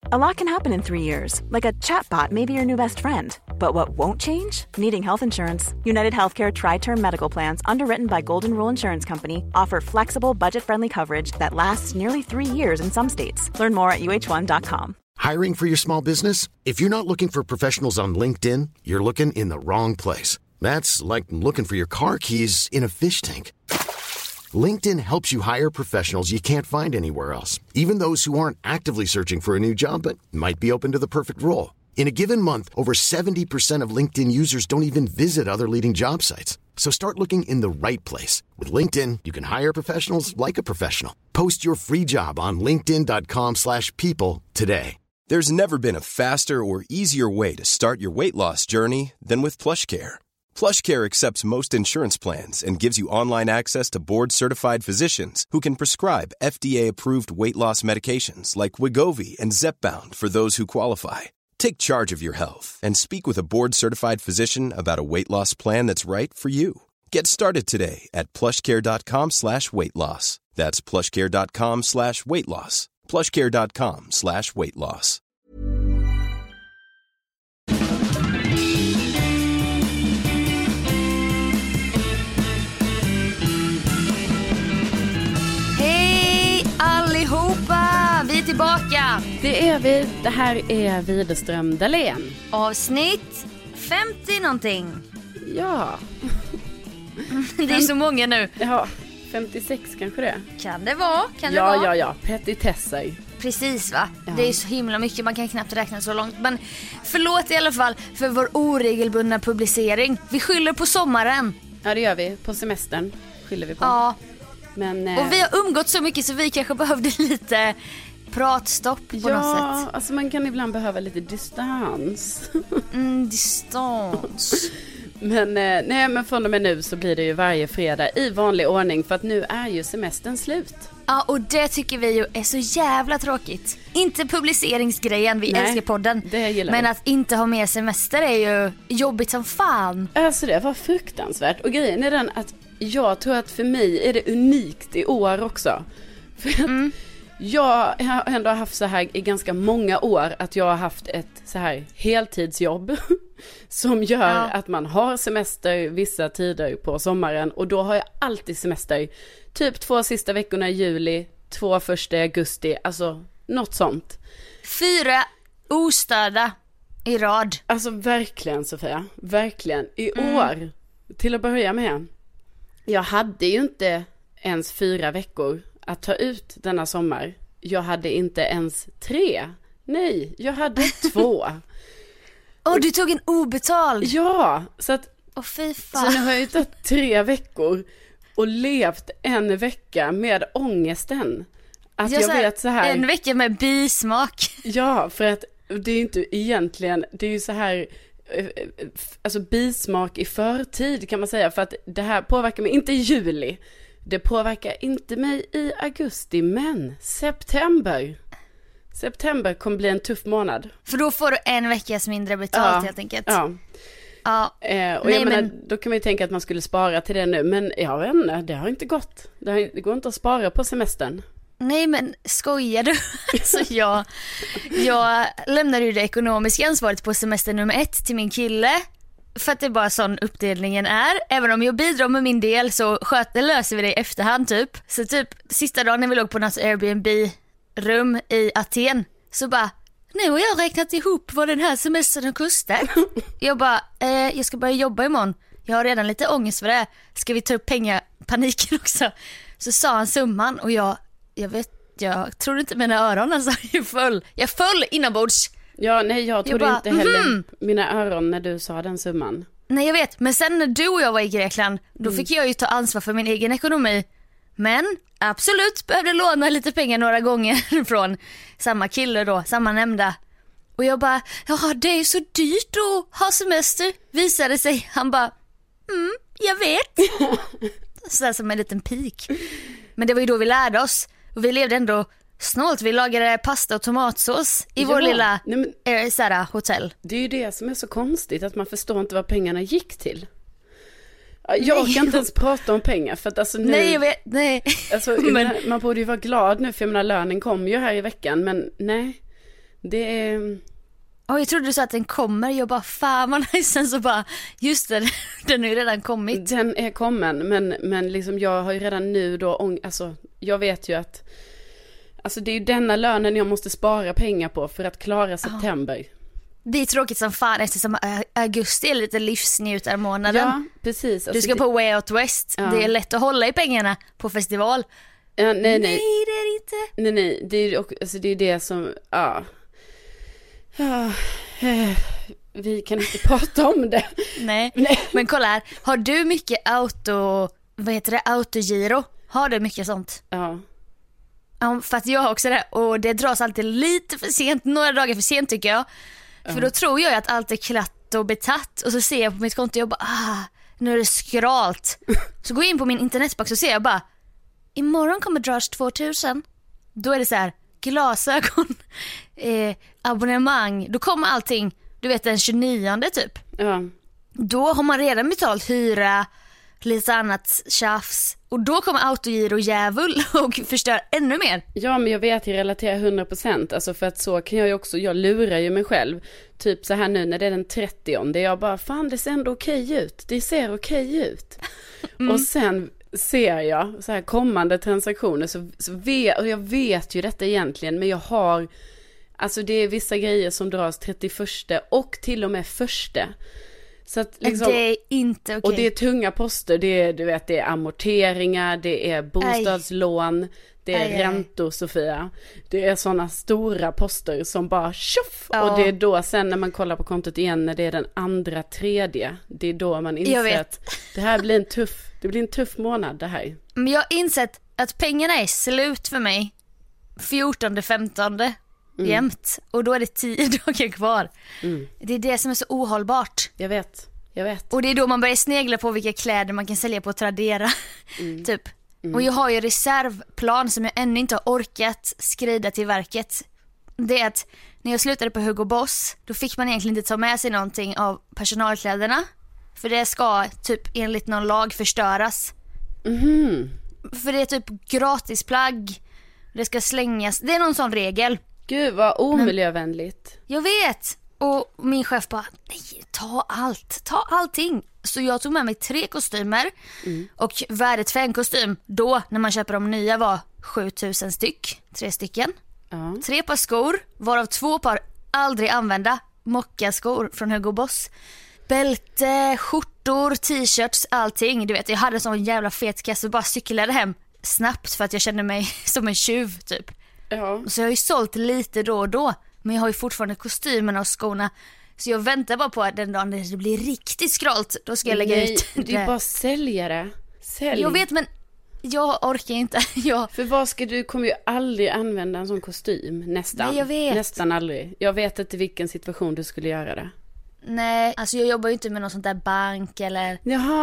A lot can happen in 3 years, like a chatbot may be your new best friend. But what won't change? Needing health insurance. United Healthcare Tri-Term Medical Plans, underwritten by Golden Rule Insurance Company, offer flexible, budget-friendly coverage that lasts nearly 3 years in some states. Learn more at uh1.com. Hiring for your small business? If you're not looking for professionals on LinkedIn, you're looking in the wrong place. That's like looking for your car keys in a fish tank. LinkedIn helps you hire professionals you can't find anywhere else, even those who aren't actively searching for a new job but might be open to the perfect role. In a given month, over 70% of LinkedIn users don't even visit other leading job sites. So start looking in the right place. With LinkedIn, you can hire professionals like a professional. Post your free job on linkedin.com/people today. There's never been a faster or easier way to start your weight loss journey than with PlushCare. PlushCare accepts most insurance plans and gives you online access to board-certified physicians who can prescribe FDA-approved weight loss medications like Wegovy and Zepbound for those who qualify. Take charge of your health and speak with a board-certified physician about a weight loss plan that's right for you. Get started today at plushcare.com/weightloss. That's plushcare.com/weightloss. plushcare.com/weightloss. Hej allihopa! Vi är tillbaka! Det är vi. Det här är Widerström Dahlén. Avsnitt 50 någonting. Ja. Det är så många nu. Ja, 56 kanske det. Kan det vara? Det vara? Ja. Petitesser. Precis va? Ja. Det är så himla mycket, man kan knappt räkna så långt. Men förlåt i alla fall för vår oregelbundna publicering. Vi skyller på sommaren. Ja, det gör vi. På semestern skyller vi på. Ja. Men, och vi har umgått så mycket så vi kanske behövde lite pratstopp på något sätt. Ja, alltså man kan ibland behöva lite distans. Distans. Men från och med nu så blir det ju varje fredag i vanlig ordning, för att nu är ju semestern slut. Ja, och det tycker vi ju är så jävla tråkigt. Inte publiceringsgrejen, vi älskar podden. Men att inte ha mer semester är ju jobbigt som fan. Alltså det var fruktansvärt. Och grejen är den att jag tror att för mig är det unikt i år också. För att jag har ändå haft så här i ganska många år att jag har haft ett så här heltidsjobb som gör att man har semester vissa tider på sommaren, och då har jag alltid semester typ 2 sista veckorna i juli, 2 första i augusti, alltså något sånt. 4 ostörda i rad. Alltså verkligen, Sofia, verkligen i år till att börja med. Jag hade ju inte ens 4 veckor att ta ut denna sommar. Jag hade inte ens 3. Nej, jag hade 2. Du tog en obetald. Ja, så att fy fan. Så nu har jag ju tagit 3 veckor och levt en vecka med ångesten. Att jag vet så här. En vecka med bismak. Ja, för att det är inte egentligen, det är ju så här, alltså bismak i förtid kan man säga, för att det här påverkar mig inte i juli. Det påverkar inte mig i augusti, men September kommer bli en tuff månad. För då får du en veckas mindre betalt helt enkelt. Ja. Och jag menar, då kan man ju tänka att man skulle spara till det nu. Men jag vet inte, det har inte gått. Det går inte att spara på semestern. Nej, men skojar du? Alltså jag lämnar ju det ekonomiska ansvaret på semester nummer 1 till min kille. För att det är bara sån uppdelningen är. Även om jag bidrar med min del så löser vi det i efterhand typ. Så typ sista dagen när vi låg på något Airbnb-rum i Aten, så bara, nu har jag räknat ihop vad den här semestern har kostat. Jag bara, jag ska börja jobba imorgon. Jag har redan lite ångest för det. Ska vi ta upp paniken också? Så sa han summan och jag trodde inte mina öron, alltså jag föll inombords. Ja, nej, jag trodde inte heller mina öron när du sa den summan. Nej, jag vet, men sen när du och jag var i Grekland, då fick jag ju ta ansvar för min egen ekonomi. Men absolut behövde låna lite pengar några gånger från samma kille då, samma nämnda. Och jag bara, det är så dyrt att ha semester, visade sig. Han bara, jag vet. Sådär som en liten pik. Men det var ju då vi lärde oss. Och vi levde ändå snålt. Vi lagade pasta och tomatsås i vår lilla hotell. Det är ju det som är så konstigt, att man förstår inte vad pengarna gick till. Jag kan inte ens prata om pengar för att alltså nu, nej, jag vet, nej. Alltså, man borde ju vara glad nu, för jag menar, lönen kom ju här i veckan, men nej, Det är... Jag trodde du sa att den kommer. Jag bara, fan vad nice. Sen så bara, just det, den har ju redan kommit. Den är kommen, men liksom jag har ju redan nu då, alltså jag vet ju att alltså det är ju denna lönen jag måste spara pengar på för att klara september. Det är tråkigt som fan eftersom augusti är lite livsnjutarmånaden. Ja, precis. Alltså du ska på Way Out West. Ja. Det är lätt att hålla i pengarna på festival. Ja, nej, det är inte. Nej, det är ju alltså, det är det som, vi kan inte prata om det. Nej, men kolla här. Har du mycket autogiro? Har du mycket sånt? Ja. Ja, för att jag har också det. Och det dras alltid lite för sent. Några dagar för sent tycker jag. För då tror jag att allt är klatt och betatt. Och så ser jag på mitt konto och jag bara, nu är det skralt. Så går jag in på min internetbox och ser jag bara, imorgon kommer dras 2000. Då är det så här, glasögon, abonnemang. Då kommer allting, du vet den 29 typ. Ja. Då har man redan betalt hyra, lite annat tjafs. Och då kommer autogiro djävul och förstör ännu mer. Ja, men jag vet, jag relaterar 100%. Alltså för att så kan jag ju också, jag lurar ju mig själv. Typ så här nu när det är den 30:e. Jag bara, fan det ser ändå okej ut. Det ser okej ut. Och sen ser jag så här kommande transaktioner och jag vet ju detta egentligen, men jag har, alltså det är vissa grejer som dras 31 och till och med 1. Så att liksom, det är inte okej. Och det är tunga poster, det är, du vet, det är amorteringar, det är bostadslån, det är räntor, Sofia. Det är sådana stora poster som bara tjoff. Ja. Och det är då sen när man kollar på kontot igen, när det är den 2, 3, det är då man inser att det här blir en tuff månad det här. Men jag har insett att pengarna är slut för mig 14-15 jämt. Och då är det 10 dagar kvar. Det är det som är så ohållbart. Jag vet. Och det är då man börjar snegla på vilka kläder man kan sälja på Tradera. Typ. Och jag har ju reservplan som jag ännu inte har orkat skrida till verket. Det är att när jag slutade på Hugo Boss, då fick man egentligen inte ta med sig någonting av personalkläderna. För det ska typ enligt någon lag förstöras. För det är typ gratisplagg. Det ska slängas. Det är någon sån regel. Gud vad omiljövänligt. Jag vet. Och min chef bara, nej, ta allting. Så jag tog med mig 3 kostymer. Och värdet för en kostym då, när man köper de nya, var 7000 styck. 3 stycken. 3 par skor, varav 2 par aldrig använda mockaskor från Hugo Boss. Bälte, skjortor, t-shirts, allting. Du vet, jag hade en sån jävla fet kasse och bara cyklade hem snabbt för att jag kände mig som en tjuv typ. Ja. Så jag har ju sålt lite då och då, men jag har ju fortfarande kostymerna och skorna. Så jag väntar bara på att den dagen det blir riktigt skralt, då ska jag lägga ut det. Det är bara sälja det. Sälj. Jag vet, men jag orkar inte. För vad ska du, kommer ju aldrig använda en sån kostym. Nästan. Nej, jag vet. Nästan aldrig. Jag vet inte vilken situation du skulle göra det. Nej, alltså jag jobbar ju inte med någon sånt där bank eller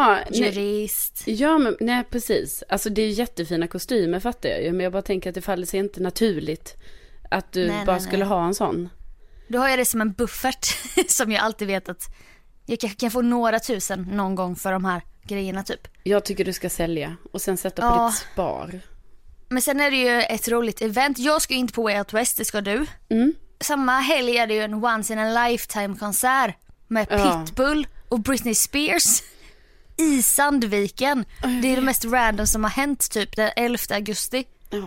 jurist. Ja, men nej, precis. Alltså det är jättefina kostymer, fattar jag ju. Men jag bara tänker att det faller sig inte naturligt att du skulle ha en sån. Då har jag det som en buffert som jag alltid vet att jag kan få några tusen någon gång för de här grejerna typ. Jag tycker du ska sälja och sen sätta på ditt spar. Men sen är det ju ett roligt event. Jag ska inte på Way Out West, det ska du. Samma helg är det ju en once in a lifetime konsert med Pitbull och Britney Spears i Sandviken. Det är det mest random som har hänt typ den 11 augusti.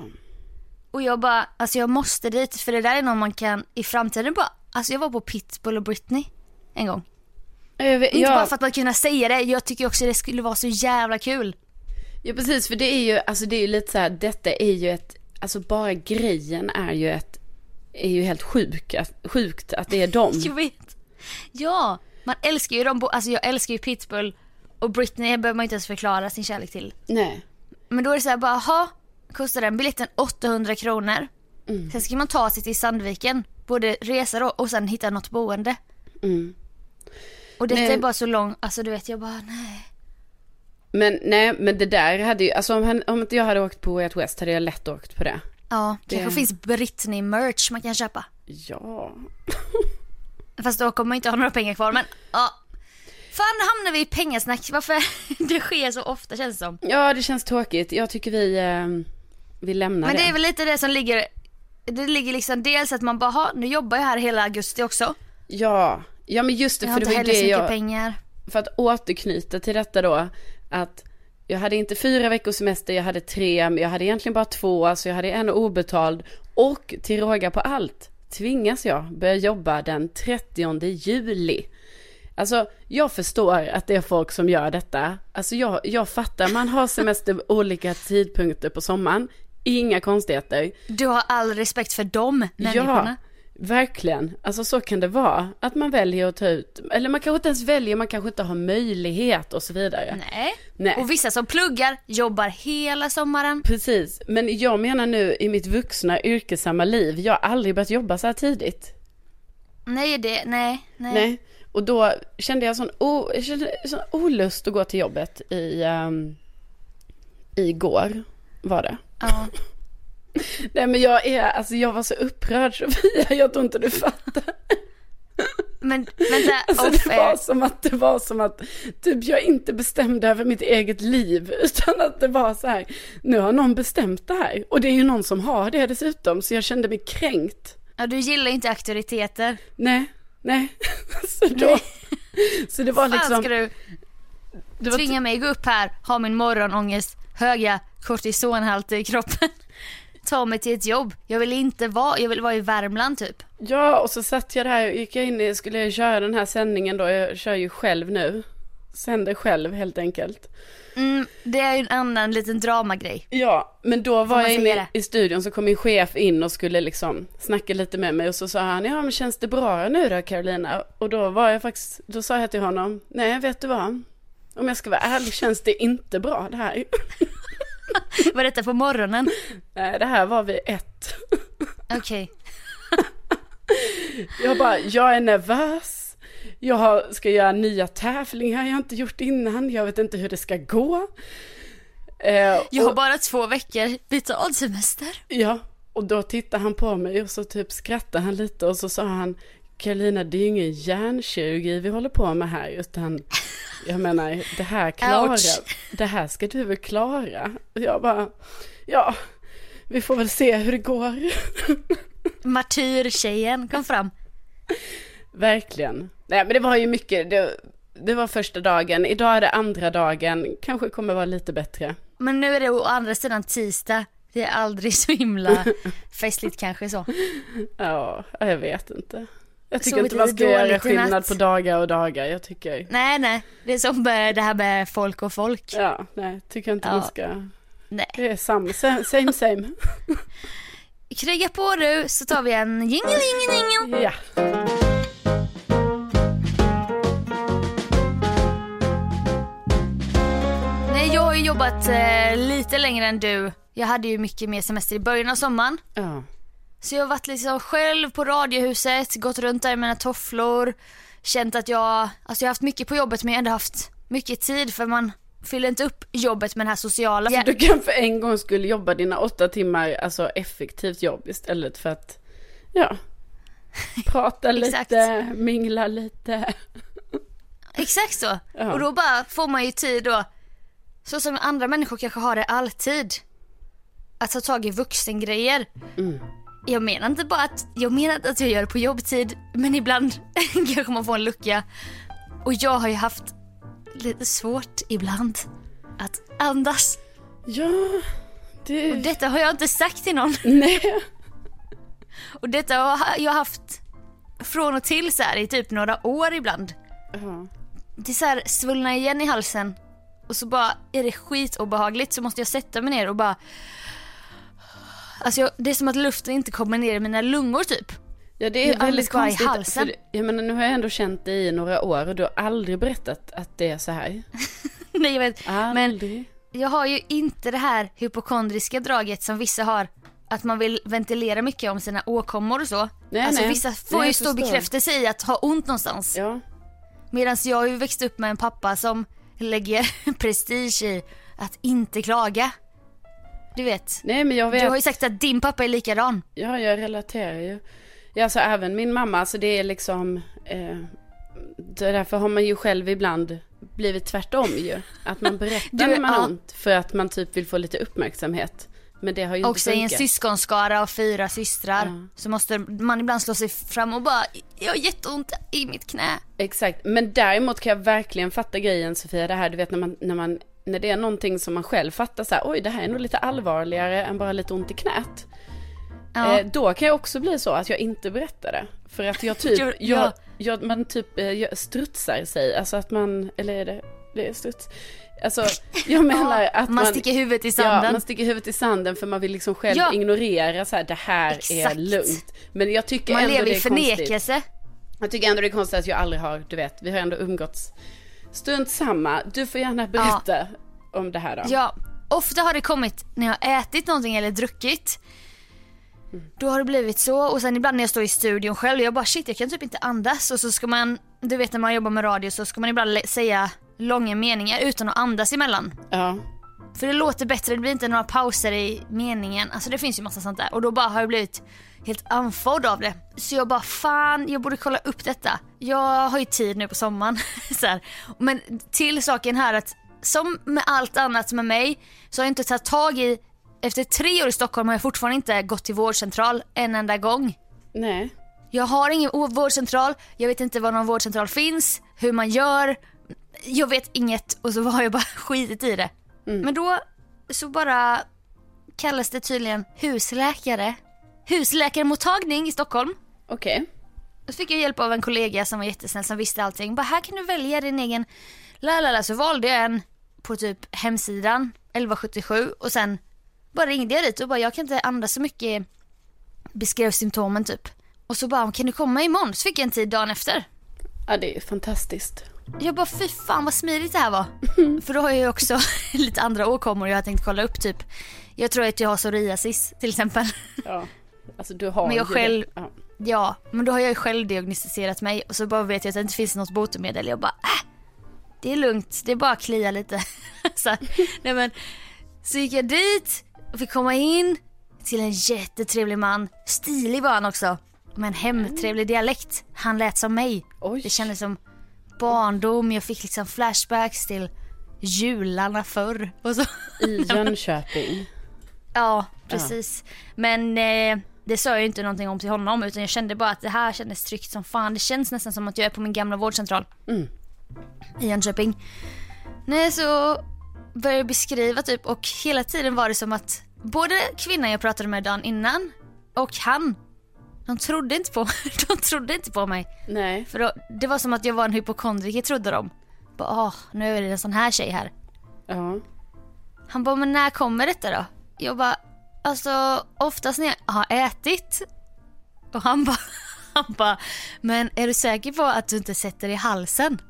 Och jag bara, alltså jag måste dit, för det där är någon man kan i framtiden bara, alltså jag var på Pitbull och Britney en gång. Inte bara för att man kunna säga det, jag tycker också det skulle vara så jävla kul. Ja precis, för det är ju, alltså det är ju lite så här, detta är ju ett, alltså bara grejen är ju helt sjukt att det är dem. Jag vet. Ja, man älskar ju dem, alltså jag älskar ju Pitbull och Britney behöver man inte ens förklara sin kärlek till. Nej. Men då är det så här bara, kostar den biljetten 800 kronor. Sen ska man ta sig till Sandviken, både resa då och sen hitta något boende. Och detta är bara så långt, alltså du vet, jag bara nej. Men det där hade ju, alltså om inte jag hade åkt på Way Out West hade jag lätt åkt på det. Ja, det kanske finns Britney-merch man kan köpa. Ja. Fast då kommer man inte ha några pengar kvar, men ja. Fan, hamnar vi i pengasnack? Varför det sker så ofta, känns det som. Ja, det känns tråkigt. Jag tycker vi lämnar det. Men det är väl lite det som ligger det ligger liksom dels att man bara, nu jobbar jag här hela augusti också. Ja men just det, jag för det var ju det jag... pengar. För att återknyta till detta då, att jag hade inte 4 veckors semester, jag hade 3, men jag hade egentligen bara 2, så jag hade en obetald. Och till råga på allt tvingas jag börja jobba den 30 juli. Alltså jag förstår att det är folk som gör detta. Alltså jag fattar, man har semester olika tidpunkter på sommaren. Inga konstigheter. Du har all respekt för dem människorna. Ja, verkligen. Alltså så kan det vara. Att man väljer att ta ut, eller man kanske inte ens väljer, man kanske inte har möjlighet och så vidare. Nej. Och vissa som pluggar jobbar hela sommaren. Precis, men jag menar nu i mitt vuxna yrkesamma liv, jag har aldrig börjat jobba så här tidigt. Nej. Och då kände jag sån olust att gå till jobbet igår var det. Ja. Nej, men jag var så upprörd, Sofia, jag tror inte du fattar. Men vänta, alltså, det var som att typ jag inte bestämde över mitt eget liv, utan att det var så här, nu har någon bestämt det här, och det är ju någon som har det dessutom, så jag kände mig kränkt. Ja, du gillar inte auktoriteter. Nej. Så det var liksom, ska du tvinga mig gå upp här, ha min morgonångest, höga kortisonhalter i kroppen, ta mig till ett jobb. Jag vill vara i Värmland typ. Ja, och så satt jag där och gick in, skulle jag köra den här sändningen då, jag kör ju själv nu. Sänder själv helt enkelt. Det är ju en annan liten dramagrej. Ja, men då var jag inne i studion, så kom min chef in och skulle liksom snacka lite med mig, och så sa han, ja men känns det bra nu då, Carolina? Och då sa jag till honom, nej vet du vad? Om jag ska vara ärlig känns det inte bra det här. Var detta på morgonen? Nej, det här var vid 1. Okej. Jag är nervös. Jag ska göra nya tävlingar jag har inte gjort innan. Jag vet inte hur det ska gå. Jag har bara 2 veckor betald semester. Ja, och då tittade han på mig och så typ skrattade han lite, och så sa han, Carolina, det är ju ingen hjärnkirurgi vi håller på med här, utan jag menar, det här ska du väl klara. Och jag bara, ja, vi får väl se hur det går. Martyrtjejen kom fram. Verkligen. Nej, men det var ju mycket, det var första dagen. Idag är det andra dagen, kanske kommer vara lite bättre. Men nu är det å andra sidan tisdag. Det är aldrig så himla festligt kanske så. Ja, jag vet inte. Jag tycker inte man ska göra skillnad på dagar och dagar. Jag tycker... Nej. Det är som det här med folk och folk. Ja, nej. Tycker inte man ska... Nej. Det är same. Kriga på du, så tar vi en jingle. Ja. Nej, jag har ju jobbat lite längre än du. Jag hade ju mycket mer semester i början av sommaren. Ja. Så jag har varit liksom själv på radiohuset, gått runt där med mina tofflor, känt att jag har haft mycket på jobbet, men jag har ändå haft mycket tid, för man fyller inte upp jobbet med den här sociala. Så du kan för en gång skulle jobba dina 8 timmar, alltså effektivt jobb, istället för att prata lite, mingla lite. Exakt så. Ja. Och då bara får man ju tid då, så som andra människor kanske har det alltid, att ta tag i vuxengrejer. Jag menar inte att jag gör det på jobbtid, men ibland kanske man får en lucka. Och jag har ju haft lite svårt ibland att andas. Ja, och detta har jag inte sagt till någon. Nej. Och detta har jag haft från och till så här i typ några år ibland. Det är så här svullna igen i halsen. Och så bara är det skitobehagligt, så måste jag sätta mig ner och bara... Alltså det är som att luften inte kommer ner i mina lungor typ. Ja, det är väldigt konstigt. För, jag menar, nu har jag ändå känt dig i några år, och du har aldrig berättat att det är så här. Nej, jag vet. Aldrig. Men jag har ju inte det här hypokondriska draget som vissa har, att man vill ventilera mycket om sina åkommor och så. Nej. Vissa får ju stor bekräftelse i att ha ont någonstans. Ja. Medan jag har ju växt upp med en pappa som lägger prestige i att inte klaga. Du vet. Nej, men jag vet. Du har ju sagt att din pappa är likadan. Ja, jag relaterar ju. Ja, så även min mamma, så det är liksom därför har man ju själv ibland blivit tvärtom ju. Att man berättar när man har ont, för att man typ vill få lite uppmärksamhet. Men det har ju inte också i en syskonskara av 4 systrar så måste man ibland slå sig fram och bara, jag har jätteont i mitt knä. Exakt, men däremot kan jag verkligen fatta grejen, Sofia, det här du vet när det är någonting som man själv fattar så här, oj det här är nog lite allvarligare än bara lite ont i knät. Då kan jag också bli så att jag inte berättar det. För att jag typ man typ strutsar sig, alltså att man, eller är det är struts. Alltså jag menar att man sticker huvudet i sanden. Ja, man sticker huvudet i sanden för man vill liksom själv ignorera så här, det här är lugnt. Men jag tycker man ändå lever det är i förnekelse. konstigt. Jag tycker ändå det är konstigt att jag aldrig har, du vet, vi har ändå umgåtts stund samma. Du får gärna berätta om det här då. Ja, ofta har det kommit när jag har ätit någonting eller druckit. Då har det blivit så. Och sen ibland när jag står i studion själv, jag bara shit, jag kan typ inte andas. Och så ska man, du vet när man jobbar med radio, så ska man ibland säga långa meningar utan att andas emellan. Ja. För det låter bättre, det blir inte några pauser i meningen. Alltså det finns ju massa sånt där. Och då bara har jag blivit helt anfodd av det. Så jag bara, fan, jag borde kolla upp detta. Jag har ju tid nu på sommaren. Så här. Men till saken här att som med allt annat med mig så har jag inte tagit tag i. Efter 3 år i Stockholm har jag fortfarande inte gått till vårdcentral en enda gång. Nej. Jag har ingen vårdcentral. Jag vet inte var någon vårdcentral finns. Hur man gör. Jag vet inget. Och så har jag bara skitit i det. Men då så bara kallas det tydligen husläkarmottagning i Stockholm. Okej. Då fick jag hjälp av en kollega som var jättesnäll, som visste allting. Bara, här kan du välja din egen så valde jag en på typ hemsidan 1177 och sen bara ringde jag dit och bara, jag kan inte andas så mycket, beskrev symptomen typ. Och så bara, kan du komma imorgon? Så fick jag en tid dagen efter. Ja, det är fantastiskt. Jag bara, fy fan vad smidigt det här var. För då har jag ju också lite andra åkommor jag har tänkt kolla upp typ. Jag tror att jag har psoriasis till exempel. Ja, alltså du har men jag själv, det. ja, men då har jag ju själv diagnostiserat mig. Och så bara vet jag att det inte finns något botemedel. Jag bara, det är lugnt, det är bara att klia lite. Så gick jag dit och fick komma in till en jättetrevlig man. Stilig var han också, med en hemtrevlig dialekt. Han lät som mig. Oj. Det kändes som barndom. Jag fick liksom flashbacks till jularna förr och så. I Jönköping. Ja, precis. Men det sa jag ju inte någonting om till honom, utan jag kände bara att det här kändes tryggt som fan. Det känns nästan som att jag är på min gamla vårdcentral i Jönköping. Nej, så började jag beskriva typ, och hela tiden var det som att både kvinnan jag pratade med dagen innan och han, de trodde inte på mig. Nej. För då, det var som att jag var en hypokondriker, trodde de. Bara, nu är det en sån här tjej här. Ja. Han bara, men när kommer detta då? Jag bara, alltså oftast när jag har ätit. Och han bara, men är du säker på att du inte sätter i halsen?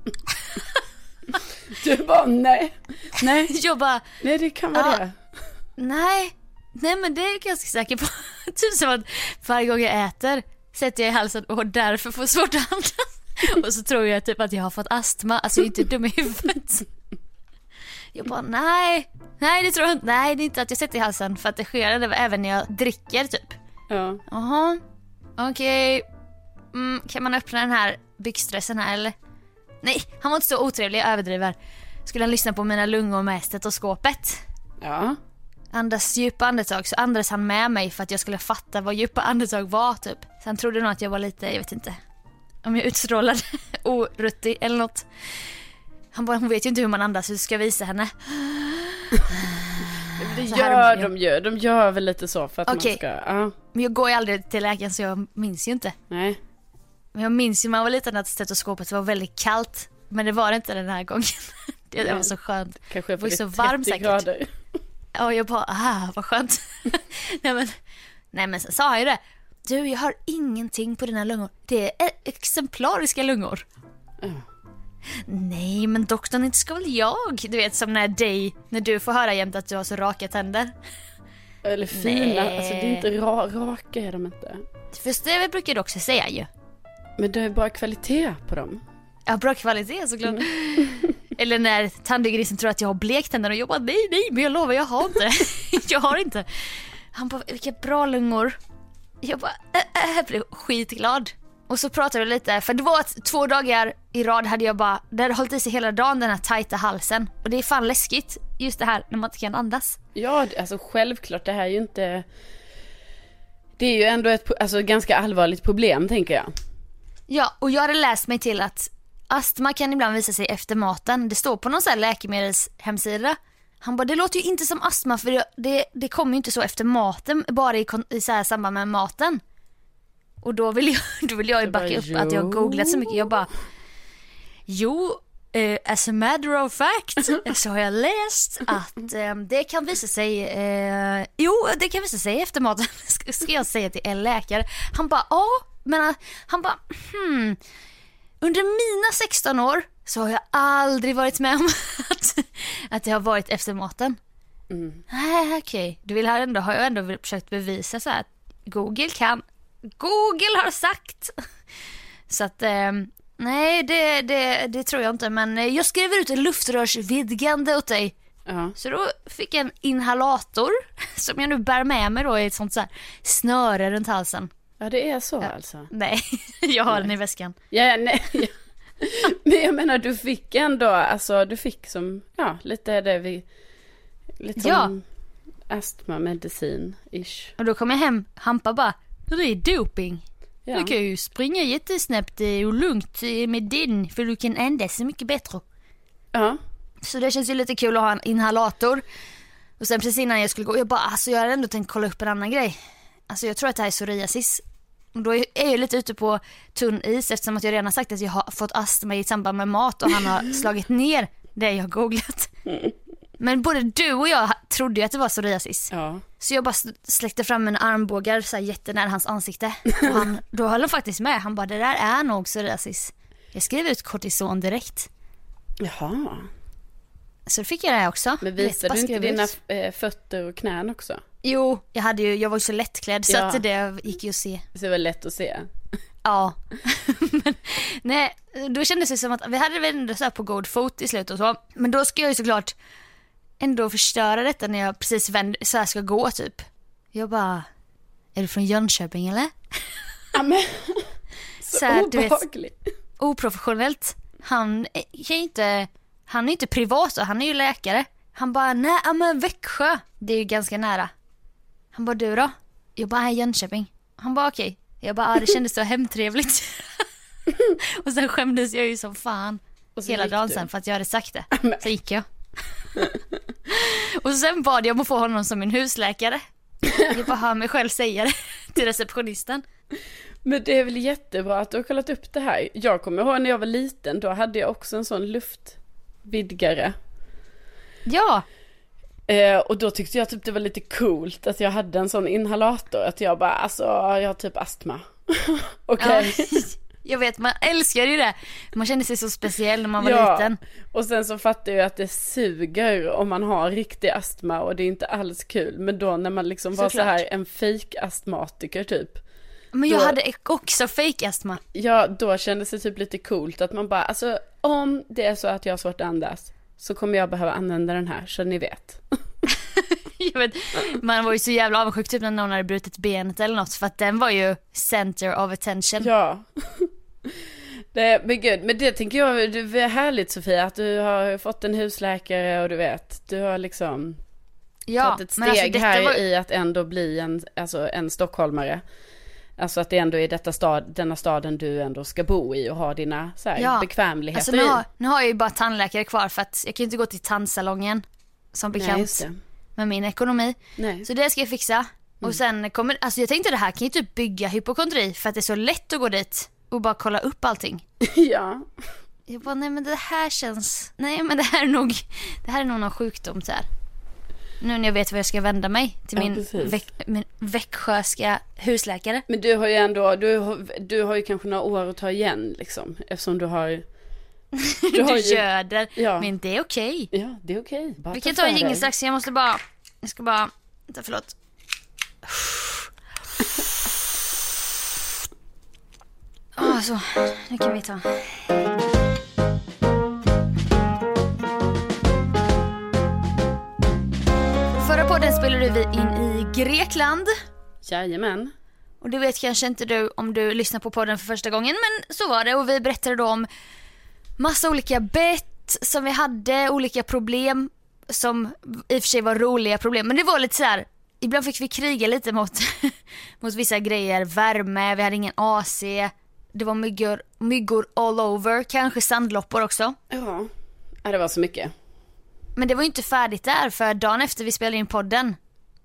Du bara, nej. Jag bara, nej, det kan vara det. Nej, men det är jag ganska säker på. Typ som att varje gång jag äter sätter jag i halsen och därför får svårt att andas. Och så tror jag typ att jag har fått astma. Alltså jag är inte dum i huvudet. Jag bara, nej, det tror jag inte. Nej, det är inte att jag sätter i halsen, för att det sker även när jag dricker typ. Ja. Jaha, okej. Kan man öppna den här byxdressen här eller? Nej, han var inte så otrevlig, jag överdriver. Skulle han lyssna på mina lungor med stetoskopet? Ja. Andas djupa andetag, så andades han med mig för att jag skulle fatta vad djupa andetag var typ. Så han trodde nog att jag var lite, jag vet inte, om jag utstrålade oruttig eller något. Han bara, hon vet ju inte hur man andas, så ska jag visa henne. Det gör de ju. De gör väl lite så för att man ska... Men jag går ju aldrig till läkaren, så jag minns ju inte. Nej. Men jag minns ju, man var liten, att stetoskopet var väldigt kallt. Men det var det inte den här gången. Det var så skönt. Kanske det var så varmt säkert. Grader. Ja, jag bara, vad skönt. Nej men sen sa jag ju det. Du, jag har ingenting på dina lungor. Det är exemplariska lungor. Nej, men doktorn, inte ska väl jag. Du vet, som när du får höra jämt att du har så raka tänder. Eller fina, alltså det är inte raka är de inte. Först det brukar du också säga ju. Men det är bara kvalitet på dem. Ja, bra kvalitet såklart. Eller när tandhygienisten tror att jag har blektänder och jag bara, nej, men jag lovar, jag har inte. Jag har inte. Han bara, vilka bra lungor. Jag bara, jag blev skitglad. Och så pratade vi lite, för det var 2 dagar i rad hade jag bara, det hade hållit i sig hela dagen, den här tajta halsen. Och det är fan läskigt, just det här när man inte kan andas. Ja, alltså självklart, det här är ju inte... Det är ju ändå ett ganska allvarligt problem, tänker jag. Ja, och jag hade läst mig till att astma kan ibland visa sig efter maten. Det står på någon sån här läkemedelshemsida. Han bara, det låter ju inte som astma, för det kommer ju inte så efter maten, bara i så här samband med maten. Och då vill jag ju backa upp att jag har googlat så mycket. Jag bara, as a matter of fact så har jag läst att det kan visa sig det kan visa sig efter maten. Ska jag säga till en läkare. Han bara, under mina 16 år så har jag aldrig varit med om att det har varit efter maten. Okej. Du vill har jag ändå försökt bevisa så här att Google har sagt. Så att nej, det tror jag inte. Men jag skrev ut en luftrörsvidgande åt dig. Så då fick jag en inhalator som jag nu bär med mig då i ett sånt så här snöre runt halsen. Ja, det är så alltså. Nej, jag har den i väskan. Ja, nej. Men jag menar, du fick ändå, alltså du fick som, lite det vi, lite som astmamedicin-ish. Och då kom jag hem, Hampa bara, det är doping. Ja. Du kan ju springa jättesnabbt och lugnt med din, för du kan andas så mycket bättre. Ja. Så det känns ju lite kul att ha en inhalator. Och sen precis innan jag skulle gå, jag bara, alltså jag hade ändå tänkt kolla upp en annan grej. Alltså jag tror att det här är psoriasis. Och då är jag lite ute på tunn is, eftersom att jag redan har sagt att jag har fått astma i samband med mat, och han har slagit ner det jag googlat. Men både du och jag trodde ju att det var psoriasis. Ja. Så jag bara släckte fram en armbågar så här jättenära hans ansikte. Och då höll han faktiskt med. Han bara, det där är nog psoriasis. Jag skrev ut kortison direkt. Jaha. Så fick jag det också. Men visade du inte dina fötter och knän också? Jo, jag var ju så lättklädd så att det gick ju att se. Så det var lätt att se. Ja. Men, nej, då kändes det som att vi hade väl ändå så här på god fot i slutet och så. Men då ska jag ju såklart ändå förstöra detta när jag precis så här ska gå typ. Jag bara, är du från Jönköping eller? Ja, men så här, obehagligt. Oprofessionellt. Han är inte privat, och han är ju läkare. Han bara, nej men Växjö, det är ju ganska nära. Han bara, du då? Jag bara, Jönköping. Han bara, okej. Jag bara, det kändes så hemtrevligt. Och sen skämdes jag ju som fan hela dagen sen för att jag hade sagt det. Så gick jag. Och sen bad jag om att få honom som min husläkare. Jag bara hör mig själv säga det till receptionisten. Men det är väl jättebra att du har kollat upp det här. Jag kommer ihåg när jag var liten, då hade jag också en sån luftvidgare. Ja. Och då tyckte jag typ det var lite coolt att jag hade en sån inhalator. Att jag bara, alltså jag har typ astma. Okej. Ja, jag vet, man älskar ju det. Man känner sig så speciell när man var liten. Och sen så fattar jag att det suger om man har riktig astma, och det är inte alls kul. Men då när man liksom var så här en fake astmatiker typ. Men jag hade också fake astma. Ja, då kändes det typ lite coolt att man bara, alltså om det är så att jag har svårt att andas, så kommer jag behöva använda den här, så ni vet. Jag vet, man var ju så jävla avundsjuk typ när någon hade brutit benet eller något, för att den var ju center of attention. Ja. Men gud, men det tänker jag, det är härligt Sofia, att du har fått en husläkare, och du vet, du har liksom tagit ett steg här i att ändå bli en stockholmare. Alltså att det ändå är denna staden du ändå ska bo i och ha dina så här, bekvämligheter alltså, nu har jag ju bara tandläkare kvar, för att jag kan inte gå till tandsalongen som bekant med min ekonomi. Nej. Så det ska jag fixa. Och sen kommer, alltså jag tänkte det här kan ju typ bygga hypokondri, för att det är så lätt att gå dit och bara kolla upp allting. Ja. Jag bara, nej men det här är nog någon sjukdom så här. Nu när jag vet vad jag ska vända mig till min växjöska husläkare. Men du har ju ändå, du har ju kanske några år att ta igen liksom, eftersom du har du göder, men det är okej. Ja, det är okej. Vi kan ta en jingel strax, jag ska bara förlåt. Så, nu kan vi ta. Förra podden spelade vi in i Grekland. Jajamän. Och det vet kanske inte du om du lyssnar på podden för första gången, men så var det. Och vi berättade då om massa olika bett som vi hade, olika problem som i och för sig var roliga problem. Men det var lite så här, ibland fick vi kriga lite mot vissa grejer. Värme, vi hade ingen AC. Det var myggor all over, kanske sandloppor också. Ja, det var så mycket. Men det var ju inte färdigt där, för dagen efter vi spelade in podden,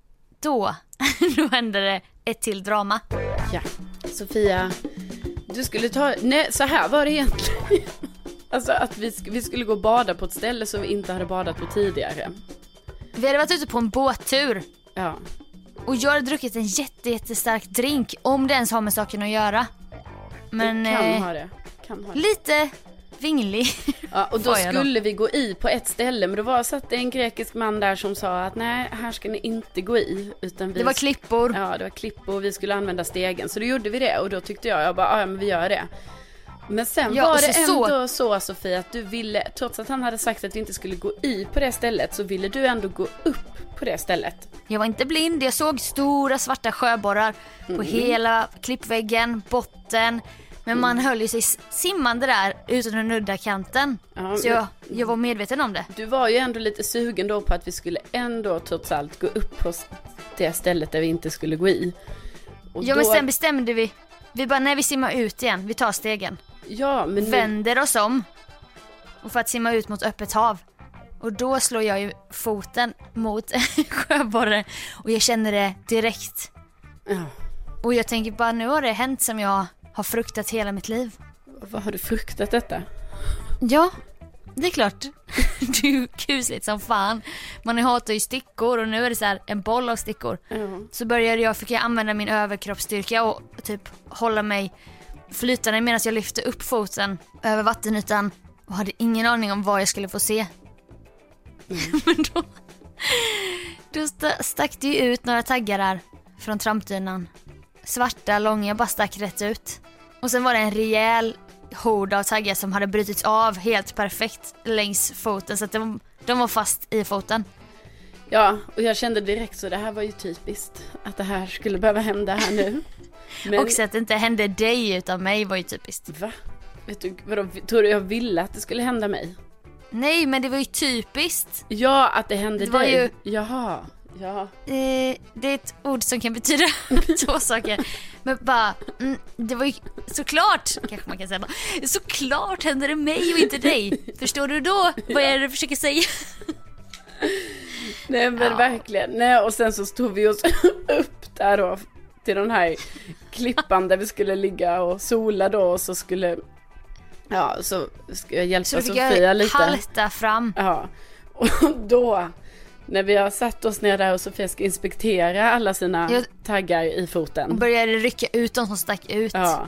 då hände det ett till drama. Ja, Sofia, du skulle ta... Nej, så här var det egentligen. Alltså att vi skulle gå och bada på ett ställe som vi inte hade badat på tidigare. Vi hade varit ute på en båttur. Ja. Och jag hade druckit en jättestark drink, om det ens har med saken att göra. Men det kan ha det. Lite vinglig. Ja, och då skulle vi gå i på ett ställe, men då satt det en grekisk man där som sa att nej, här ska ni inte gå i, utan det var klippor. Ja, det var klippor och vi skulle använda stegen. Så då gjorde vi det, och då tyckte jag bara, ja men vi gör det. Men sen var det ändå så, Sofia, att du ville, trots att han hade sagt att vi inte skulle gå i på det stället, så ville du ändå gå upp på det stället. Jag var inte blind, jag såg stora svarta sjöborrar på hela klippväggen, botten. Men man höll ju sig simmande där utan att nudda kanten. Ja, så jag var medveten om det. Du var ju ändå lite sugen då på att vi skulle ändå trots allt gå upp på det stället där vi inte skulle gå i. Och men sen bestämde vi bara, när vi simmar ut igen, vi tar stegen. Ja, men vänder oss om. Och för att simma ut mot öppet hav. Och då slår jag ju foten mot sjöborren. Och jag känner det direkt. Ja. Och jag tänker bara, nu har det hänt som jag har fruktat hela mitt liv. Vad har du fruktat detta? Ja, det är klart. Det är ju kusligt som fan. Man hatar ju stickor och nu är det så här en boll av stickor. Så fick jag använda min överkroppsstyrka och typ hålla mig flytande medan jag lyfte upp foten över vattenytan och hade ingen aning om vad jag skulle få se. Men då stack det ju ut några taggar där från trampdynan. Svarta, långa, bara stack rätt ut. Och sen var det en rejäl hord av taggar som hade brutits av helt perfekt längs foten. Så att de var fast i foten. Ja, och jag kände direkt så det här var ju typiskt. Att det här skulle behöva hända här nu. Men... Och så att det inte hände dig utan mig var ju typiskt. Va? Vet du, tror du jag ville att det skulle hända mig? Nej, men det var ju typiskt. Ja, att det hände det dig. Var ju... Jaha. Ja. Det är ett ord som kan betyda två saker. Men bara, det var ju såklart, kanske man kan säga bara, såklart hände det mig och inte dig. Förstår du då vad är det du försöker säga? Nej men verkligen. Nej, och sen så stod vi oss upp där då till den här klippan där vi skulle ligga och sola då, och så skulle så ska jag hjälpa Sofia lite. Så halta fram. Ja. Och då när vi har satt oss ner där och Sofia ska inspektera alla sina taggar i foten. Och började rycka ut de som stack ut. Ja.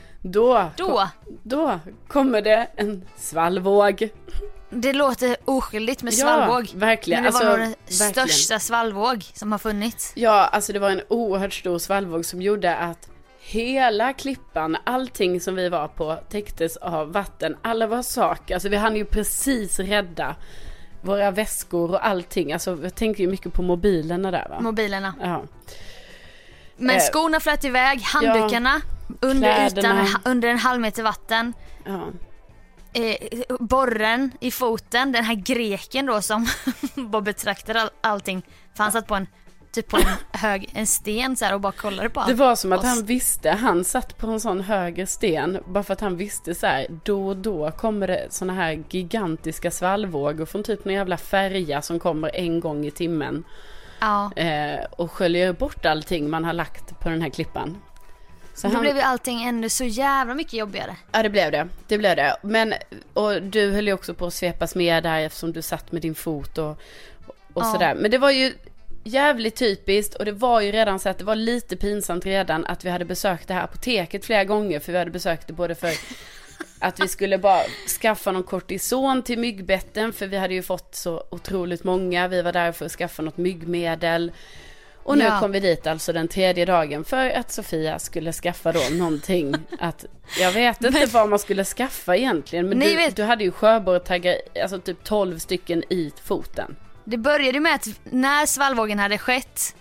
Då kommer det en svallvåg. Det låter oskyldigt med svallvåg. Ja, verkligen. Men det var nog den största svallvåg som har funnits. Ja, alltså det var en oerhört stor svallvåg som gjorde att hela klippan, allting som vi var på täcktes av vatten. Alla våra saker, alltså vi hann ju precis rädda våra väskor och allting. Alltså jag tänker ju mycket på mobilerna där, va? Mobilerna. Ja. Men skorna flöt iväg, handdukarna under en halv meter vatten. Ja. Borren i foten, den här greken då som bara betraktade allting. För han satt på en sten så här och bara kollade på allt. Det var som att han satt på en sån höger sten bara för att han visste så här, då och då kommer det såna här gigantiska svallvågor från typ någon jävla färja som kommer en gång i timmen. Ja. Och sköljer bort allting man har lagt på den här klippan. Så då blev ju allting ändå så jävla mycket jobbigare. Ja, det blev det. Men, och du höll ju också på att svepas med där eftersom du satt med din fot och sådär. Men det var ju jävligt typiskt, och det var ju redan så att det var lite pinsamt redan att vi hade besökt det här apoteket flera gånger, för vi hade besökt det både för att vi skulle bara skaffa någon kortison till myggbetten, för vi hade ju fått så otroligt många. Vi var där för att skaffa något myggmedel. Och nu kom vi dit alltså den 3:e dagen för att Sofia skulle skaffa då någonting att, jag vet inte vad man skulle skaffa egentligen, men du hade ju sjöborrtaggar, alltså typ 12 stycken i foten. Det började med att när svallvågen hade skett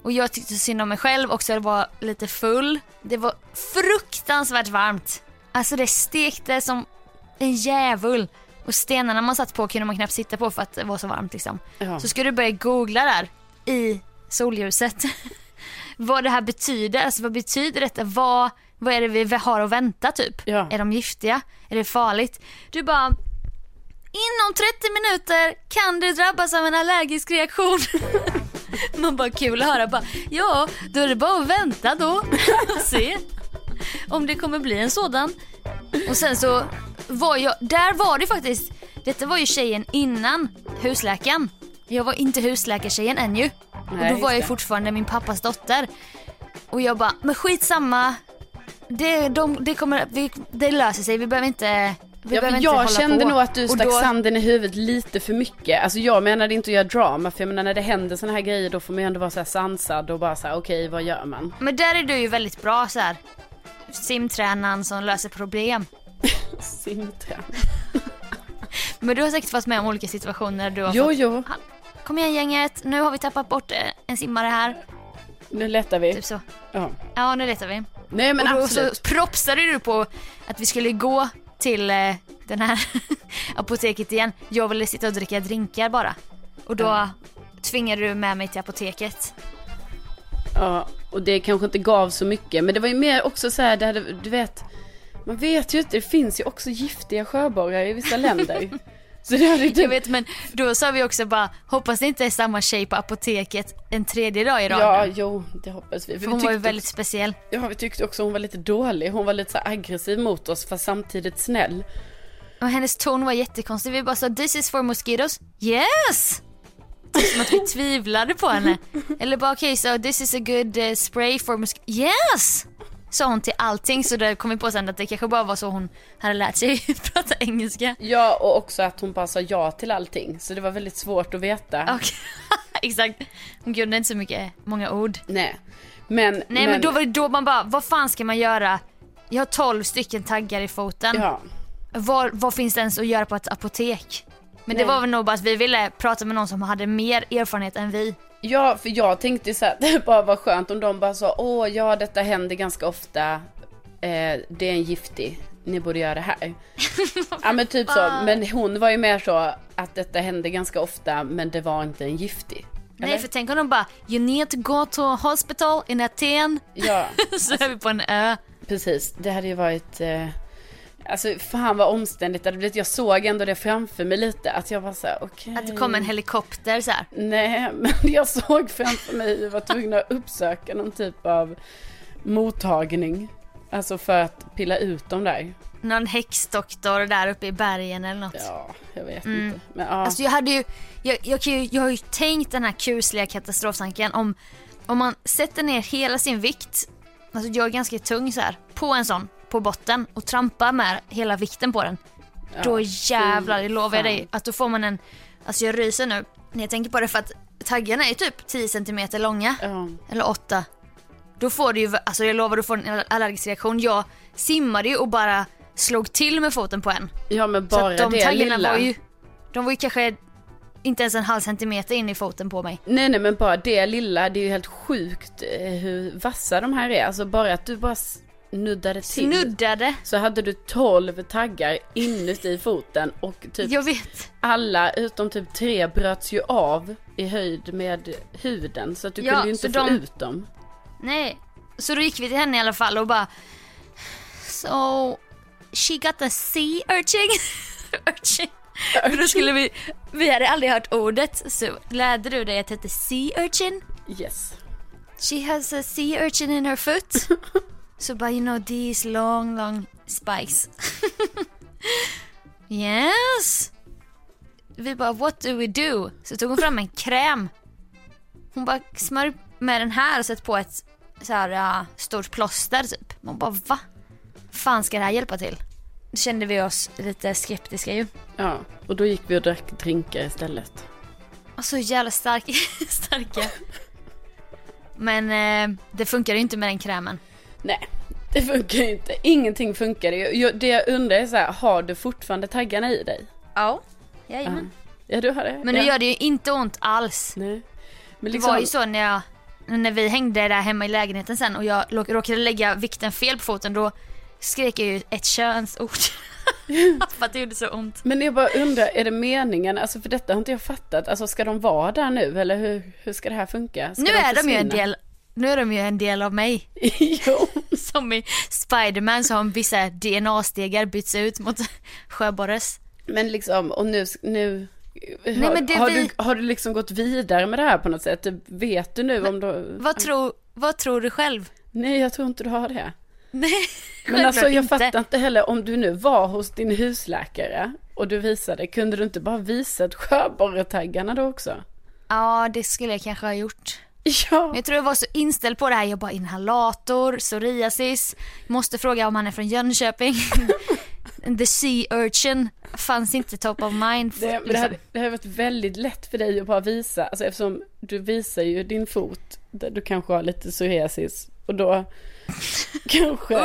Och jag tyckte synd om mig själv också, jag var lite full. Det var fruktansvärt varmt. Alltså det stekte som en djävul. Och stenarna man satt på kunde man knappt sitta på för att det var så varmt liksom. Ja. Så skulle du börja googla där i solljuset. Vad det här betyder. Alltså vad betyder detta? Vad är det vi har att vänta typ? Ja. Är de giftiga? Är det farligt? Du bara, inom 30 minuter kan du drabbas av en allergisk reaktion. Man bara, kul att höra. Bara, ja, då är det bara att vänta då och se om det kommer bli en sådan. Och sen så var det faktiskt, detta var ju tjejen innan husläkaren. Jag var inte husläkartjejen än ju. Nej, och då var jag fortfarande min pappas dotter. Och jag bara, men skitsamma. Det löser sig. Vi behöver inte jag kände nog att du stack sanden i huvudet lite för mycket. Alltså jag menade inte att göra drama. För jag menar, när det händer såna här grejer, då får man ändå vara så här sansad och bara så här, okej, vad gör man? Men där är du ju väldigt bra så här. Simtränaren som löser problem. Simtränaren. Men du har säkert varit med om olika situationer där du har Jo. Kom igen gänget, nu har vi tappat bort en simmare här. Nu letar vi. Typ så. Ja, nu letar vi. Nej, men och då absolut. Så propsade du på att vi skulle gå till den här apoteket igen. Jag ville sitta och dricka drinkar bara. Och då tvingade du med mig till apoteket. Ja, och det kanske inte gav så mycket. Men det var ju mer också så här, du vet, man vet ju inte, det finns ju också giftiga sjöborrar i vissa länder. Så det hade jag vet, men då sa vi också bara, hoppas det inte är samma tjej på apoteket en tredje dag i rad. Ja, jo, det hoppas vi. För hon var ju väldigt speciell. Ja, vi tyckte också hon var lite dålig. Hon var lite så aggressiv mot oss, fast samtidigt snäll. Och hennes ton var jättekonstig. Vi bara sa, this is for mosquitoes. Yes! Som att vi tvivlade på henne. Eller bara, okej, so this is a good spray for mosquitoes. Yes! Sa hon till allting, så där kom vi på sen att det kanske bara var så hon hade lärt sig prata engelska. Ja, och också att hon bara sa ja till allting. Så det var väldigt svårt att veta. Okay. Exakt. Hon kunde inte så många ord. Nej. Men då var det då man bara, vad fan ska man göra? Jag har 12 stycken taggar i foten. Ja. Vad finns det ens att göra på ett apotek? Men det var väl nog bara att vi ville prata med någon som hade mer erfarenhet än vi. Ja, för jag tänkte så här, det bara var skönt om de bara sa, detta händer ganska ofta, det är en giftig, ni borde göra det här. Ja, men typ så, men hon var ju mer så att detta hände ganska ofta, men det var inte en giftig. Eller? Nej, för tänk om de bara, you need to go to hospital in Aten. Ja. Så är vi på en ö. Precis, det hade ju varit... Alltså fan vad omständigt det hade blivit. Jag såg ändå det framför mig lite. Att jag var så här, okej. Att det kom en helikopter så här. Nej, men jag såg framför mig. Jag var tvungen att uppsöka någon typ av mottagning. Alltså för att pilla ut dem där. Någon häxdoktor där uppe i bergen eller något. Ja, jag vet inte. Men, ja. Alltså jag hade ju jag har ju tänkt den här kusliga katastroftanken om man sätter ner hela sin vikt. Alltså jag är ganska tung så här på en sån på botten och trampar med hela vikten på den. Ja, då jävlar, det lovar jag dig att då får man alltså jag ryser nu när jag tänker på det, för att taggarna är typ 10 cm långa. Eller 8. Då får du ju, alltså jag lovar, du får en allergisk reaktion. Jag simmade ju och bara slog till med foten på en. Ja, men bara så att de taggarna lilla. De var ju kanske inte ens en halv centimeter in i foten på mig. Nej, men bara det lilla, det är ju helt sjukt hur vassa de här är. Alltså bara att du bara snuddade så hade du 12 taggar inuti foten och typ jag vet. Alla utom typ 3 bröts ju av i höjd med huden, så att du kunde ju inte få ut dem. Nej, så då gick vi till henne i alla fall och bara so she got a sea urchin. Och då skulle vi hade aldrig hört ordet, så lärde du dig att det heter sea urchin? Yes. She has a sea urchin in her foot. So but you know these long spikes. Yes. Vi bara, what do we do? Så tog hon fram en kräm. Hon bara smörj med den här och sätt på ett så här stort plåster typ. Man bara, va? Fan ska det här hjälpa till? Då kände vi oss lite skeptiska ju. Ja, och då gick vi och drack drinkar istället. Och så jävla starka. Men det funkar ju inte med den krämen. Nej, det funkar ju inte. Ingenting funkar. Det jag undrar är så här, har du fortfarande taggarna i dig? Ja, jajamän. Ja, du har det. Men nu gör det ju inte ont alls. Nej. Men liksom... Det var ju så när när vi hängde där hemma i lägenheten sen och jag råkade lägga vikten fel på foten, då skrek jag ju ett könsord. För att det gjorde så ont. Men jag bara undrar, är det meningen? Alltså för detta har inte jag fattat. Alltså ska de vara där nu? Eller hur ska det här funka? Ska Nu är de ju en del av mig. Jo. Som i Spider-Man så har vissa DNA-stegar bytts ut mot sjöborres. Men liksom, och nu Nej, men har du liksom gått vidare med det här på något sätt? Vet du nu om du... Vad tror du själv? Nej, jag tror inte du har det. Nej, men alltså jag fattar inte heller, om du nu var hos din husläkare och du visade, kunde du inte bara visat sjöborretaggarna då också? Ja, det skulle jag kanske ha gjort. Ja. Men jag tror jag var så inställd på det här. Jag bara, inhalator, psoriasis. Måste fråga om han är från Jönköping. The Sea Urchin fanns inte top of mind. Det har varit väldigt lätt för dig att bara visa. Alltså eftersom du visar ju din fot där du kanske har lite psoriasis. Och då kanske...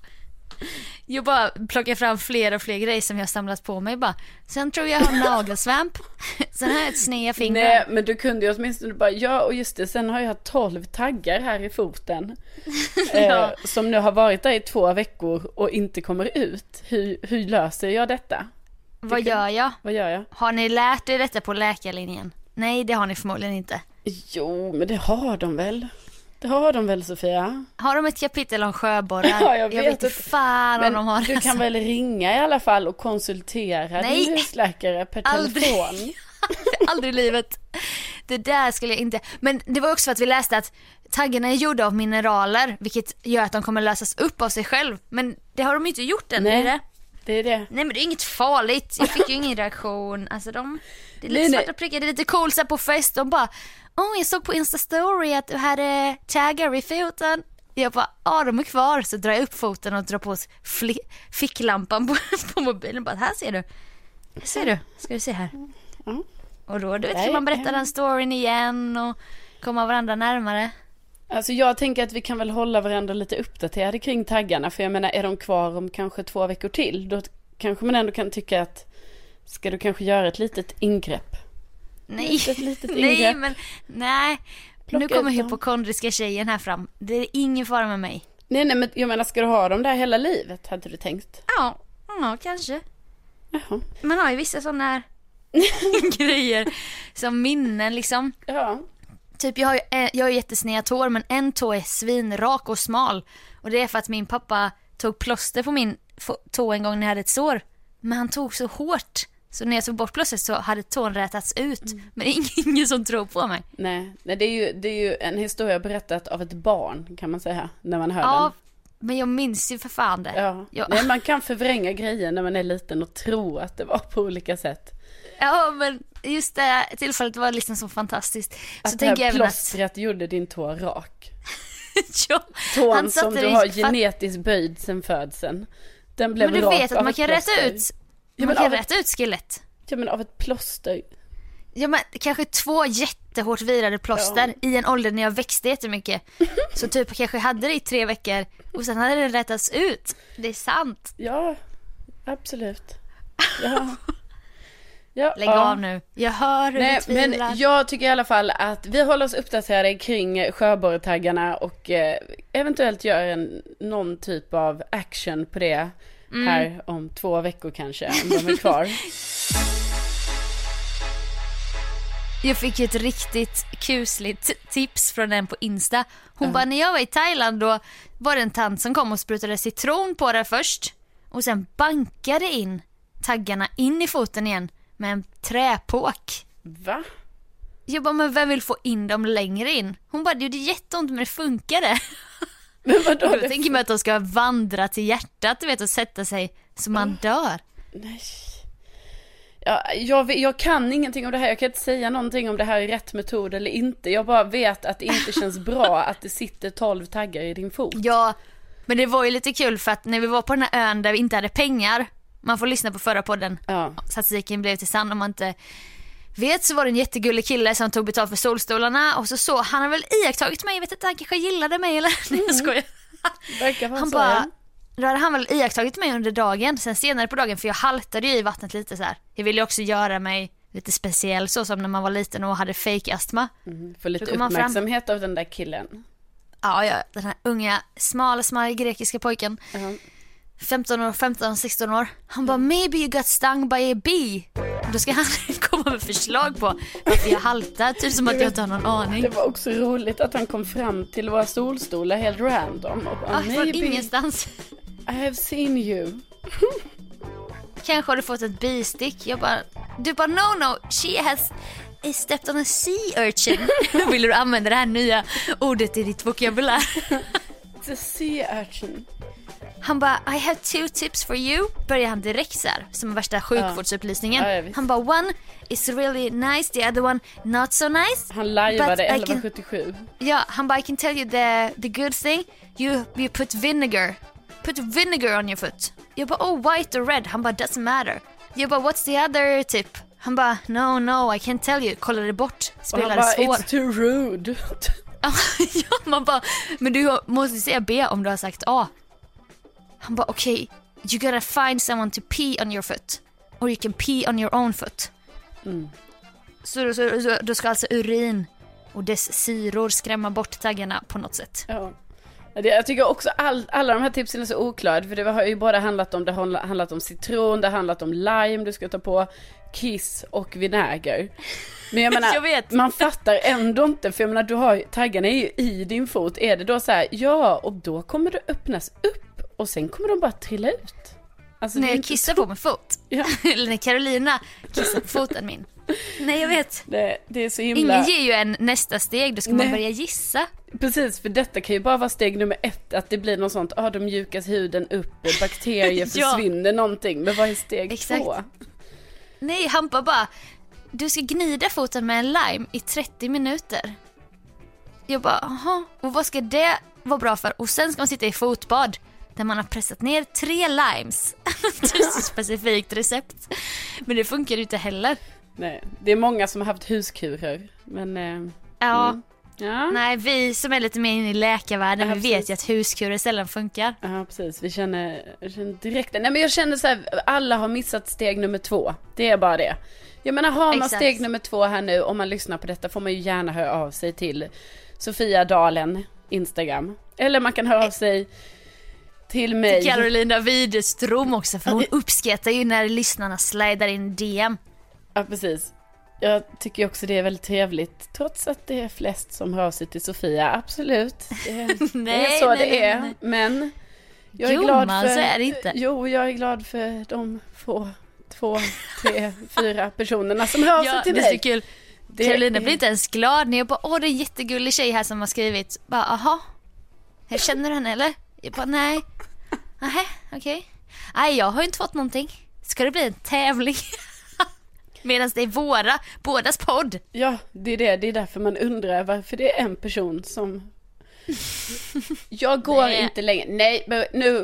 Jag bara plockar fram fler och fler grejer som jag har samlat på mig. Bara. Sen tror jag har nagelsvamp. Sen har jag ett sneda fingrar. Nej, men du kunde ju åtminstone bara, ja och just det, sen har jag 12 taggar här i foten. Ja. Som nu har varit där i 2 veckor och inte kommer ut. Hur löser jag detta? Vad gör jag? Har ni lärt er detta på läkarlinjen? Nej, det har ni förmodligen inte. Jo, men det har de väl. Det har de väl, Sofia? Har de ett kapitel om sjöborrar? Ja, jag vet inte fan om de har. Du kan väl ringa i alla fall och konsultera din husläkare per telefon? Aldrig i livet. Det där skulle jag inte. Men det var också för att vi läste att taggarna är gjorda av mineraler, vilket gör att de kommer lösas upp av sig själv. Men det har de inte gjort än. Nej, det är det. Nej, men det är inget farligt. Jag fick ju ingen reaktion. Alltså det är lite svarta prickar. Det är lite coolt så på fest. De bara, jag såg på Insta-story att du hade taggar i foten. Jag bara, de är kvar. Så drar jag upp foten och drar på ficklampan på mobilen. Bara, här ser du. Ska du se här. Och då kan man berätta den storyn igen och komma varandra närmare. Alltså jag tänker att vi kan väl hålla varandra lite uppdaterade kring taggarna. För jag menar, är de kvar om kanske 2 veckor till, då kanske man ändå kan tycka att ska du kanske göra ett litet ingrepp? Nej, nej. Nu kommer hypokondriska tjejen här fram. Det är ingen fara med mig. Nej, men jag menar, ska du ha dem där hela livet, hade du tänkt? Ja, kanske. Jaha. Man har ju vissa sådana här grejer som minnen liksom. Ja. Typ jag har jättesneda tår, men en tå är svinrak och smal. Och det är för att min pappa tog plåster på min tå en gång när jag hade ett sår. Men han tog så hårt, så när jag tog bort plåstret så hade tån rätats ut. Men det är ingen som tror på mig. Nej, det är ju en historia berättat av ett barn, kan man säga, när man hör den. Ja, men jag minns ju för fan det. Ja. Nej, man kan förvränga grejer när man är liten och tro att det var på olika sätt. Ja, men just det tillfället var liksom så fantastiskt. Att så det här tänker jag plåstret gjorde din tå rak. Ja, tån som du har genetiskt böjd sen födseln. Den blev rak. Men du vet att man kan rätta ut. Man kan rätta ut skelett. Ja, men av ett plåster. Ja, men kanske 2 jättehårt virade plåster i en ålder när jag växte jättemycket. Så typ kanske hade det i 3 veckor och sen hade det rättats ut. Det är sant. Ja, absolut. Lägg av nu. Jag hör hur du tvivlar. Men jag tycker i alla fall att vi håller oss uppdaterade kring sjöborretaggarna och eventuellt gör någon typ av action på det här om 2 veckor kanske, om de är kvar. Jag fick ett riktigt kusligt tips från en på Insta. Hon bara, när jag var i Thailand då var det en tant som kom och sprutade citron på det först. Och sen bankade in taggarna in i foten igen med en träpåk. Va? Jag bara, men vem vill få in dem längre in? Hon bara, det är jätteont men det funkade. Men vadå? Jag tänker mig att de ska vandra till hjärtat, du vet, och sätta sig så man dör. Nej. Ja, jag kan ingenting om det här. Jag kan inte säga någonting om det här är rätt metod eller inte. Jag bara vet att det inte känns bra att det sitter 12 taggar i din fot. Ja, men det var ju lite kul för att när vi var på den här ön där vi inte hade pengar, man får lyssna på förra podden, statistiken blev till sann om man inte vet, så var det en jättegullig kille som tog betalt för solstolarna och så han har väl iakttagit mig, jag vet inte, han kanske gillade mig eller nej, jag skojar. Han bara, då hade han väl iakttagit mig under dagen, sen senare på dagen, för jag haltade ju i vattnet lite så här. Jag ville ju också göra mig lite speciell, så som när man var liten och hade fake astma. För lite uppmärksamhet av den där killen. Ja, den här unga, smala grekiska pojken. 15-16 år. Han bara, maybe you got stung by a bee. Då ska han komma med förslag på varför jag haltar, typ som att jag inte har någon aning. Det var också roligt att han kom fram till våra solstolar helt random. Och bara, från ingenstans. I have seen you. Kanske har du fått ett bistick. Du bara, no, she has stepped on a sea urchin. Vill du använda det här nya ordet i ditt vokabulär? The sea urchin. Han bara, I have 2 tips for you. Börjar han direkt så här, som värsta sjukvårdsupplysningen. Han bara, one is really nice, the other one not so nice. Han lajvade 1177. Ja, han bara, I can tell you the good thing. You put vinegar. Put vinegar on your foot. Jag bara, oh, white or red. Han bara, doesn't matter. Jag bara, what's the other tip? Han bara, no, I can't tell you. Kollade bort, spelade svår. It's too rude. Ja, man bara, men du måste säga B om du har sagt A. Han bara, okay, you gotta find someone to pee on your foot. Or you can pee on your own foot. Så då ska alltså urin och dess syror skrämma bort taggarna på något sätt. Ja. Jag tycker också alla de här tipsen är så oklara. För det har ju både handlat om citron, det har handlat om lime, du ska ta på kiss och vinäger. Men jag menar, jag vet. Man fattar ändå inte. För jag menar, taggarna är ju i din fot. Är det då så här, ja, och då kommer det öppnas upp och sen kommer de bara trilla ut. Alltså, när jag kissar på min fot. Ja. Eller när Carolina kissar på foten min. Nej, jag vet. Det är så himla... Ingen ger ju en nästa steg, då ska man börja gissa. Precis, för detta kan ju bara vara steg nummer 1. Att det blir något sånt, då mjukas huden upp, bakterier försvinner någonting. Men vad är steg 2? Nej, Hampa bara, du ska gnida foten med en lime i 30 minuter. Jag bara, aha, och vad ska det vara bra för? Och sen ska man sitta i fotbad där man har pressat ner 3 limes. Det är så specifikt recept. Men det funkar ju inte heller. Nej, det är många som har haft huskurer. Men ja. Nej, vi som är lite mer inne i läkarvärlden, vi vet ju att huskurer sällan funkar. Ja, precis. Vi känner direkt. Nej, men jag känner så här, alla har missat steg nummer 2. Det är bara det. Jag menar, har man steg nummer 2 här nu, om man lyssnar på detta, får man ju gärna höra av sig till Sofia Dalen Instagram. Eller man kan höra av sig till mig. Till Carolina Widerström också, för hon uppskattar ju när lyssnarna slidar in DM. Ja, precis. Jag tycker också det är väldigt trevligt, trots att det är flest som hör av sig till Sofia. Absolut. Det är så det är. Men jag är glad för... så är det inte. Jo, jag är glad för de få 2, 3, 4 personerna som hör av sig till mig. Det är så kul. Carolina blir inte ens glad när jag bara, det är en jättegullig tjej här som har skrivit. Bara, aha, jag känner du henne eller? Jag bara, nej. Nähä, okej. Nej, jag har ju inte fått någonting. Ska det bli en tävling? Medan det är bådas podd. Ja, det är därför man undrar varför det är en person som... Jag går inte längre. Nej, men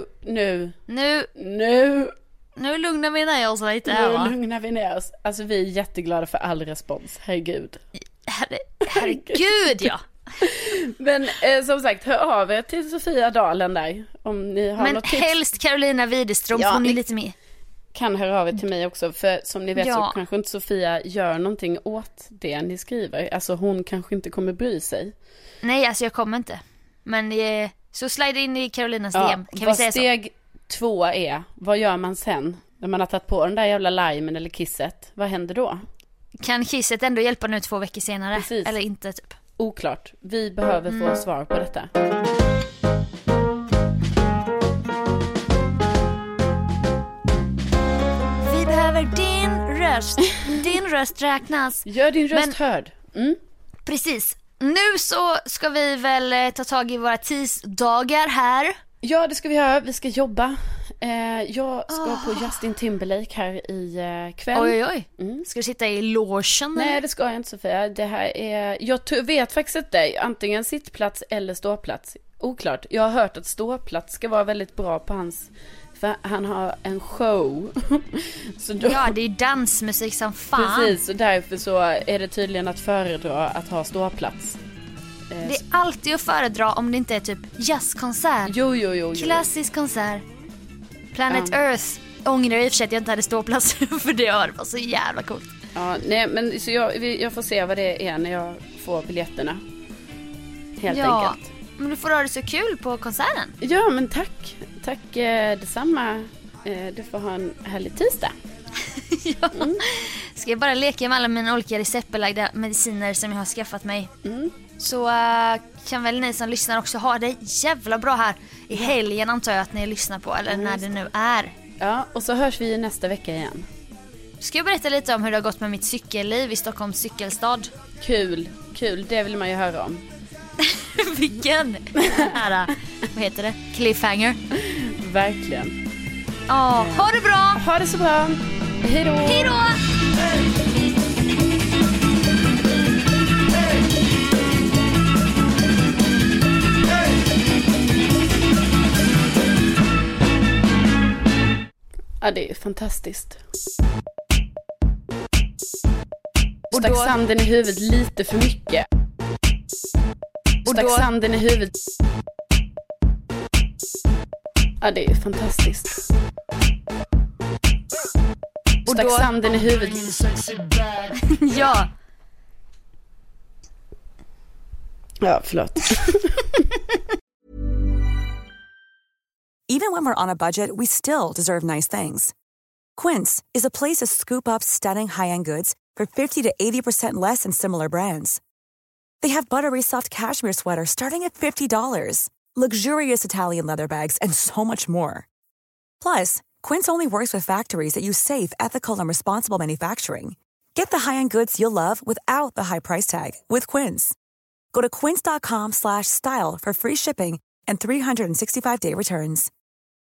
nu lugnar vi ner oss lite här, va? Nu lugnar vi ner oss. Alltså, vi är jätteglada för all respons. Herregud. Herregud, ja. Men som sagt, hör av er till Sofia Dalen där om ni har något tips. Men helst Carolina Widerström, får ni lite mer. Kan höra av er till mig också, för som ni vet så kanske inte Sofia gör någonting åt det ni skriver. Alltså hon kanske inte kommer bry sig. Nej, alltså jag kommer inte. Men så slide in i Carolinas DM. Kan vi säga steg 2 är, vad gör man sen? När man har tagit på den där jävla limen eller kisset, vad händer då? Kan kisset ändå hjälpa nu 2 veckor senare? Precis. Eller inte typ? Oklart. Vi behöver få svar på detta. Vi behöver din röst. Din röst räknas. Gör din röst hörd. Precis. Nu så ska vi väl ta tag i våra tisdagar här. Ja, det ska vi göra. Vi ska jobba. Jag ska på Justin Timberlake här i kväll. Oj. Ska du sitta i logen? Nej, det ska jag inte, Sofia. Det här är... Jag vet faktiskt inte. Antingen sittplats eller ståplats. Oklart. Jag har hört att ståplats ska vara väldigt bra på hans... För han har en show. Så då... Ja, det är dansmusik som fan. Precis, och därför så är det tydligen att föredra att ha ståplats. Det är alltid att föredra om det inte är typ jazzkonsert. Jo. Klassisk konsert. Planet Earth. Ångrar i och för sig att jag inte hade ståplats för det var så jävla coolt. Ja, nej, men så jag får se vad det är när jag får biljetterna. Helt enkelt. Men du får ha det så kul på konserten. Ja, men tack. Tack detsamma. Du får ha en härlig tisdag. Ja. Ska jag bara leka med alla mina olika receptbelagda mediciner som jag har skaffat mig. Så kan väl ni som lyssnar också ha det jävla bra här i helgen, antar jag att ni lyssnar på, eller när det nu är. Ja, och så hörs vi nästa vecka igen. Ska jag berätta lite om hur det har gått med mitt cykelliv i Stockholms cykelstad? Kul, det vill man ju höra om. Vilken här, vad heter det? Cliffhanger. Verkligen. Ja, ha det bra. Ha det så bra. Hej då. Hej då. Ja, det är fantastiskt. Stack sanden i huvudet lite för mycket. Stack sanden i huvudet. Ja, det är fantastiskt. Stack sanden i huvudet. Ja. Ja, förlåt. Even when we're on a budget, we still deserve nice things. Quince is a place to scoop up stunning high-end goods for 50 to 80% less than similar brands. They have buttery soft cashmere sweaters starting at $50, luxurious Italian leather bags, and so much more. Plus, Quince only works with factories that use safe, ethical, and responsible manufacturing. Get the high-end goods you'll love without the high price tag with Quince. Go to quince.com/style for free shipping and 365-day returns.